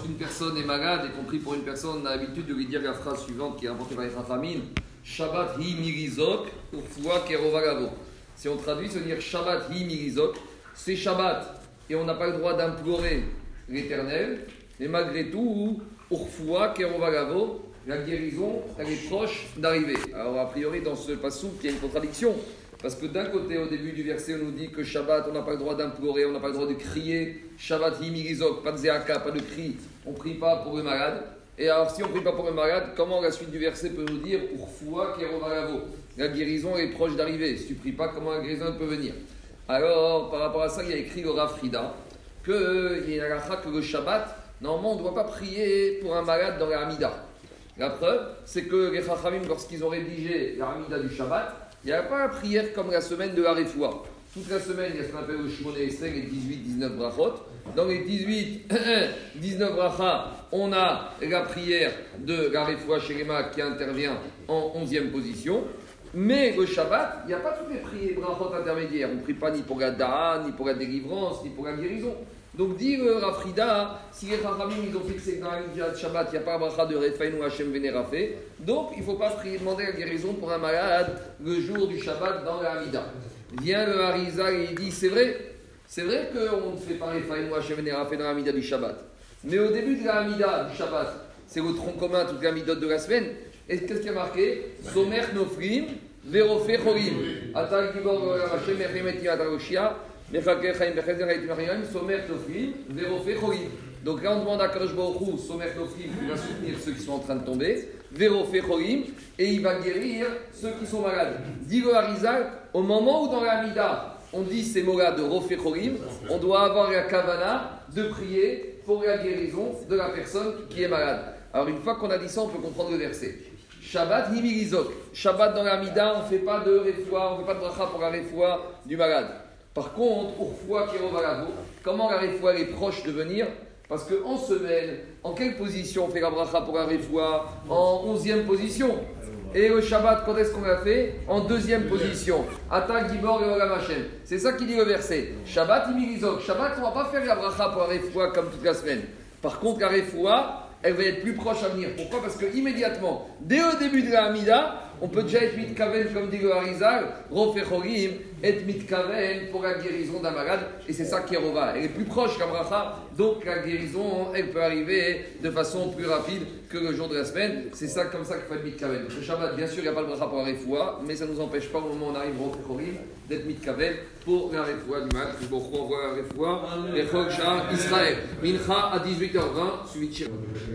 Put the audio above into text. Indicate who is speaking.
Speaker 1: lorsqu'une personne est malade, y compris pour une personne, on a l'habitude de lui dire la phrase suivante qui est rapportée par les Chachamim, Shabbat hi mirizok, urfua kerovalavo. Si on traduit, ça veut dire Shabbat hi mirizok, c'est Shabbat, et on n'a pas le droit d'implorer l'Éternel, mais malgré tout, urfua kerovalavo, la guérison, elle est proche d'arriver. Alors, a priori, dans ce passage, il y a une contradiction. Parce que d'un côté, au début du verset, on nous dit que Shabbat, on n'a pas le droit d'implorer, on n'a pas le droit de crier. Shabbat, himirizok, pas de zéaka, pas de cri. On ne prie pas pour le malade. Et alors, si on ne prie pas pour le malade, comment la suite du verset peut nous dire Urfua kerovalavo, la guérison est proche d'arriver. Si tu ne pries pas, comment la guérison peut venir? Alors, par rapport à ça, il y a écrit le Rav Frida qu'il y a la halakha que le Shabbat, normalement, on ne doit pas prier pour un malade dans la Hamida. La preuve, c'est que les Chachamim, lorsqu'ils ont rédigé la Hamida du Shabbat, il n'y a pas la prière comme la semaine de la Refoua. Toute la semaine, il y a ce qu'on appelle le Shmoné Esrei, les 18-19 brachot. Dans les 18-19 brachas, on a la prière de la Refoua Shelema qui intervient en 11e position. Mais le Shabbat, il n'y a pas toutes les prières brachot intermédiaires. On ne prie pas ni pour la Da'a, ni pour la délivrance, ni pour la guérison. Donc, dit le Rav Frida, si les Chachamim ils ont fixé que dans la Mitzvah de Shabbat, il n'y a pas bracha de Refaïn ou Hachem Vénérafé, donc il ne faut pas demander la guérison pour un malade le jour du Shabbat dans la Hamida. Vient le Harizal et il dit c'est vrai qu'on ne fait pas Refaïn ou Hachem Vénérafé dans la Hamida du Shabbat. Mais au début de la Hamida du Shabbat, c'est le tronc commun, toute la Hamidot de la semaine, et qu'est-ce qui a marqué Somer Nofrim, Verofé Chorim, Atal Gibor Hachem Echemet Ataloshia. Donc là, on demande à Kadosh Baruch Hu, Somer Nofrim, qui va soutenir ceux qui sont en train de tomber, Verofé Chorim, et il va guérir ceux qui sont malades. Dit le Harizal, au moment où dans la Hamida, on dit ces mots-là de Rofé Chorim, on doit avoir la kavana de prier pour la guérison de la personne qui est malade. Alors, une fois qu'on a dit ça, on peut comprendre le verset. Shabbat himirizok. Shabbat dans la Hamida, on ne fait pas de refoua, on ne fait pas de bracha pour la refoua du malade. Par contre, urfua kerovalavo, comment la refoua est proche de venir? Parce qu'en semaine, en quelle position on fait la bracha pour la refoua? En 11e position. Et le Shabbat, quand est-ce qu'on l'a fait? En 2e position. Ata Gibor et Olam Hashem. C'est ça qui dit le verset. Shabbat imirizok. Shabbat, on ne va pas faire la bracha pour la refoua comme toute la semaine. Par contre, la refoua, elle va être plus proche à venir. Pourquoi? Parce que immédiatement, dès le début de la Hamida, on peut déjà être mitkaven, comme dit le Harizal, Rofé Chorim, être mitkaven pour la guérison d'un malade, et c'est ça qui est rova. Elle est plus proche qu'un bracha, donc la guérison, elle peut arriver de façon plus rapide que le jour de la semaine. C'est ça comme ça qu'il faut être mitkaven. Le Shabbat, bien sûr, il n'y a pas le bracha pour la refoua, mais ça ne nous empêche pas, au moment où on arrive Rofé Chorim, d'être mitkaven pour la refoua du malade. Bon, on voit la refoua, et Chol Shah Israël. Mincha à 18h20, suivi de